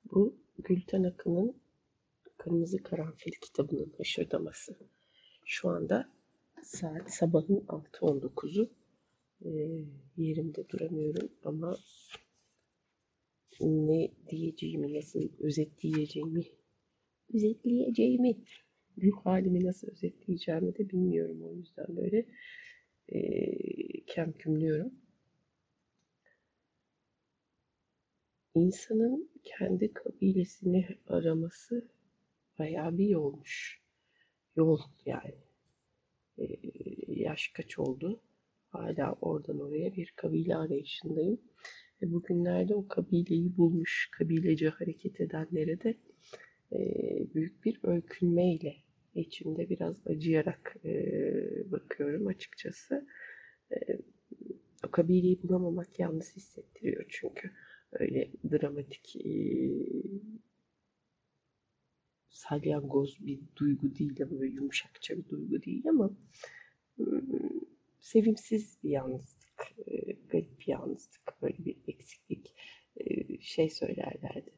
Bu Gülten Akın'ın Kırmızı Karanfil kitabının hışırdaması. Şu anda saat sabahın 6:19'u. Yerimde duramıyorum ama ne diyeceğimi, nasıl özetleyeceğimi, ruh halimi nasıl özetleyeceğimi de bilmiyorum. O yüzden böyle kemkümlüyorum. İnsanın kendi kabilesini araması bayağı bir yolmuş. Yol yani. Yaş kaç oldu? Hala oradan oraya bir kabile arayışındayım. Ve bugünlerde o kabileyi bulmuş, kabilece hareket edenlere de büyük bir öykünmeyle, içimde biraz acıyarak bakıyorum açıkçası. O kabileyi bulamamak yalnız hissettiriyor çünkü. Öyle dramatik, salyangoz bir duygu değil ama böyle yumuşakça bir duygu değil ama sevimsiz bir yalnızlık, garip bir yalnızlık, böyle bir eksiklik. Şey söylerlerdi,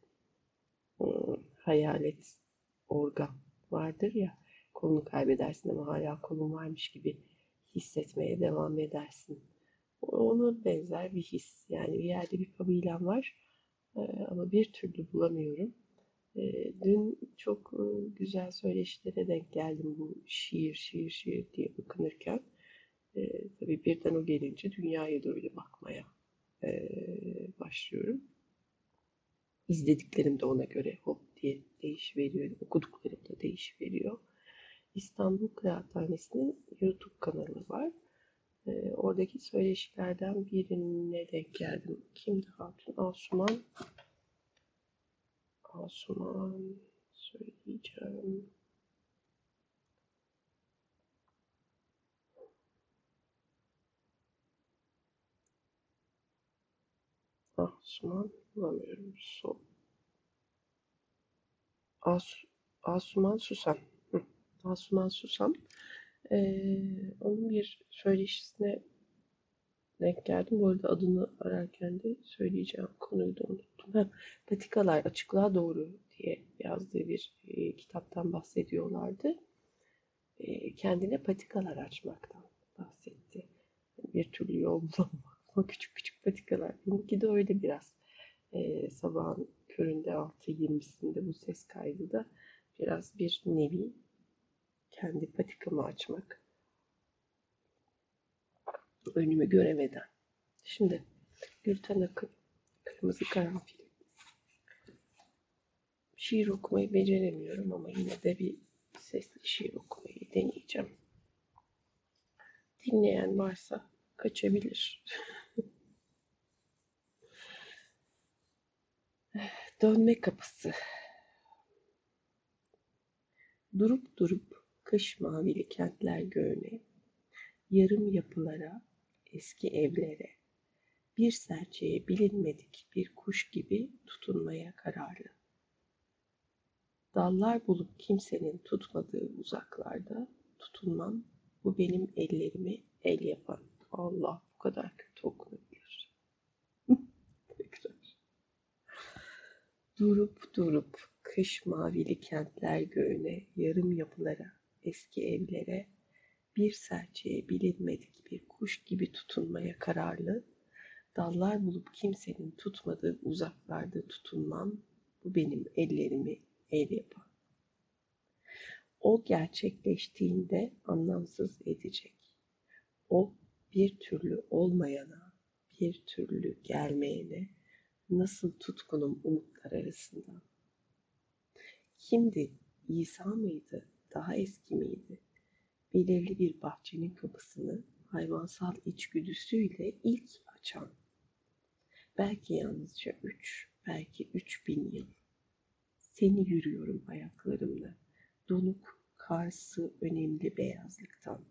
hayalet organ vardır ya, kolunu kaybedersin ama hala kolun varmış gibi hissetmeye devam edersin. Ona benzer bir his. Yani bir yerde bir kabilem var ama bir türlü bulamıyorum. Dün çok güzel söyleşilere denk geldim bu şiir diye bakınırken. Tabii birden o gelince dünyaya da öyle bakmaya başlıyorum. İzlediklerim de ona göre hop diye değişiveriyor. Okuduklarım da değişiveriyor. İstanbul Kıraathanesi'nin YouTube kanalı var. Oradaki söyleşilerden birine denk geldim. Kimdi Hatun? Asuman söyleyeceğim. Asuman bulamıyorum. Asuman Susan. Hı. Asuman Susan. Onun bir söyleşisine denk geldim. Bu arada adını ararken de söyleyeceğim konuyu da unuttum. Patikalar açıklığa doğru diye yazdığı bir kitaptan bahsediyorlardı. Kendine patikalar açmaktan bahsetti. Bir türlü yol bulamamak. O küçük küçük patikalar. Benimki de öyle biraz. Sabahın köründe 6:20'sinde bu ses kaydı da biraz bir nevi kendi patikamı açmak. Önümü göremeden. Şimdi Gülten Akın, Kırmızı Karanfil. Şiir okumayı beceremiyorum ama yine de bir sesli şiir okumayı deneyeceğim. Dinleyen varsa kaçabilir. Dönme kapısı. Durup durup kış mavili kentler göğüne, yarım yapılara, eski evlere, bir serçeye bilinmedik bir kuş gibi tutunmaya kararlı. Dallar bulup kimsenin tutmadığı uzaklarda tutunmam, bu benim ellerimi el yapan. Allah, bu kadar kötü okunabilir. Tekrar. Durup durup kış mavili kentler göğüne, yarım yapılara, eski evlere, bir serçeye bilinmedik bir kuş gibi tutunmaya kararlı, dallar bulup kimsenin tutmadığı uzaklarda tutunmam, bu benim ellerimi el yapan. O gerçekleştiğinde anlamsız edecek. O bir türlü olmayana, bir türlü gelmeyene nasıl tutkunum umutlar arasında. Kimdi? İsa mıydı? Daha eski miydi? Belirli bir bahçenin kapısını hayvansal içgüdüsüyle ilk açan. Belki yalnızca 3, belki 3000 yıl. Seni yürüyorum ayaklarımla. Donuk, karsı, önemli beyazlıktan.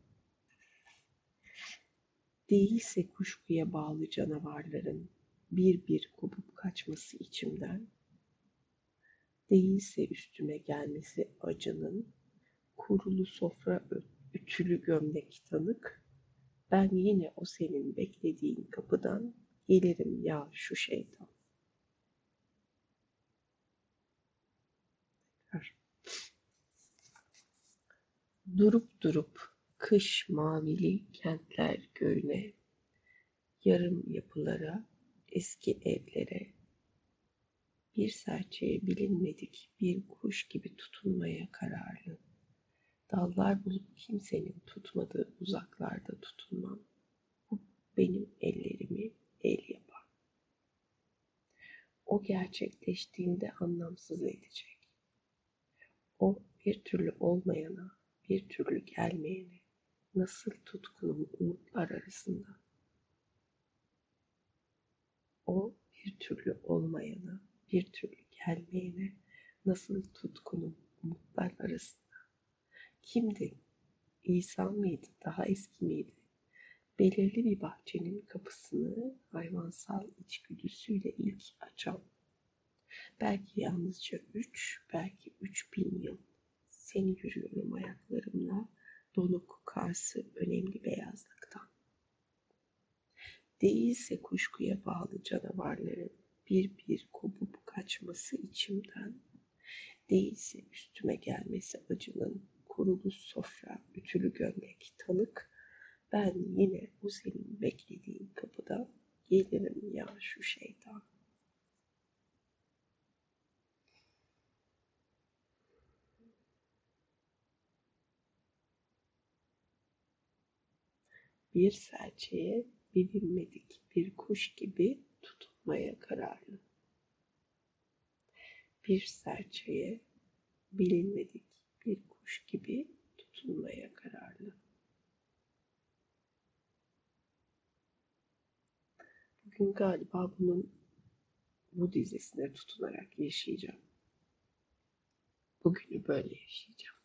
Değilse kuşkuya bağlı canavarların bir bir kopup kaçması içimden, değilse üstüme gelmesi acının, kurulu sofra ütülü gömlek tanık, ben yine o senin beklediğin kapıdan gelirim ya şu şeytan. Durup durup kış mavili kentler göğüne, yarım yapılara, eski evlere, bir serçeye bilinmedik bir kuş gibi tutunmaya kararlı. Dallar bulup kimsenin tutmadığı uzaklarda tutunmam. Bu benim ellerimi el yapar. O gerçekleştiğinde anlamsız edecek. O bir türlü olmayana, bir türlü gelmeyene, nasıl tutkunum umutlar arasında. O bir türlü olmayana, bir türlü gelmeyene, nasıl tutkunum umutlar arasında. Kimdi? İsa mıydı? Daha eski miydi? Belirli bir bahçenin kapısını hayvansal içgüdüsüyle ilk açan. Belki yalnızca 3, belki 3000 yıl. Seni yürüyorum ayaklarımla, donuk karşı önemli beyazlıktan. Değilse kuşkuya bağlı canavarların bir bir kopup kaçması içimden, değilse üstüme gelmesi acının kurulu sofra, ütülü gömlek tanık, ben yine o senin beklediğin kapıda gelirim ya şu şeytan. Bir serçeye bilinmedik bir kuş gibi tutunmaya kararlı. Bir serçeye bilinmedik bir kuş gibi tutunmaya kararlı. Bugün galiba bu dizesine tutunarak yaşayacağım. Bugünü böyle yaşayacağım.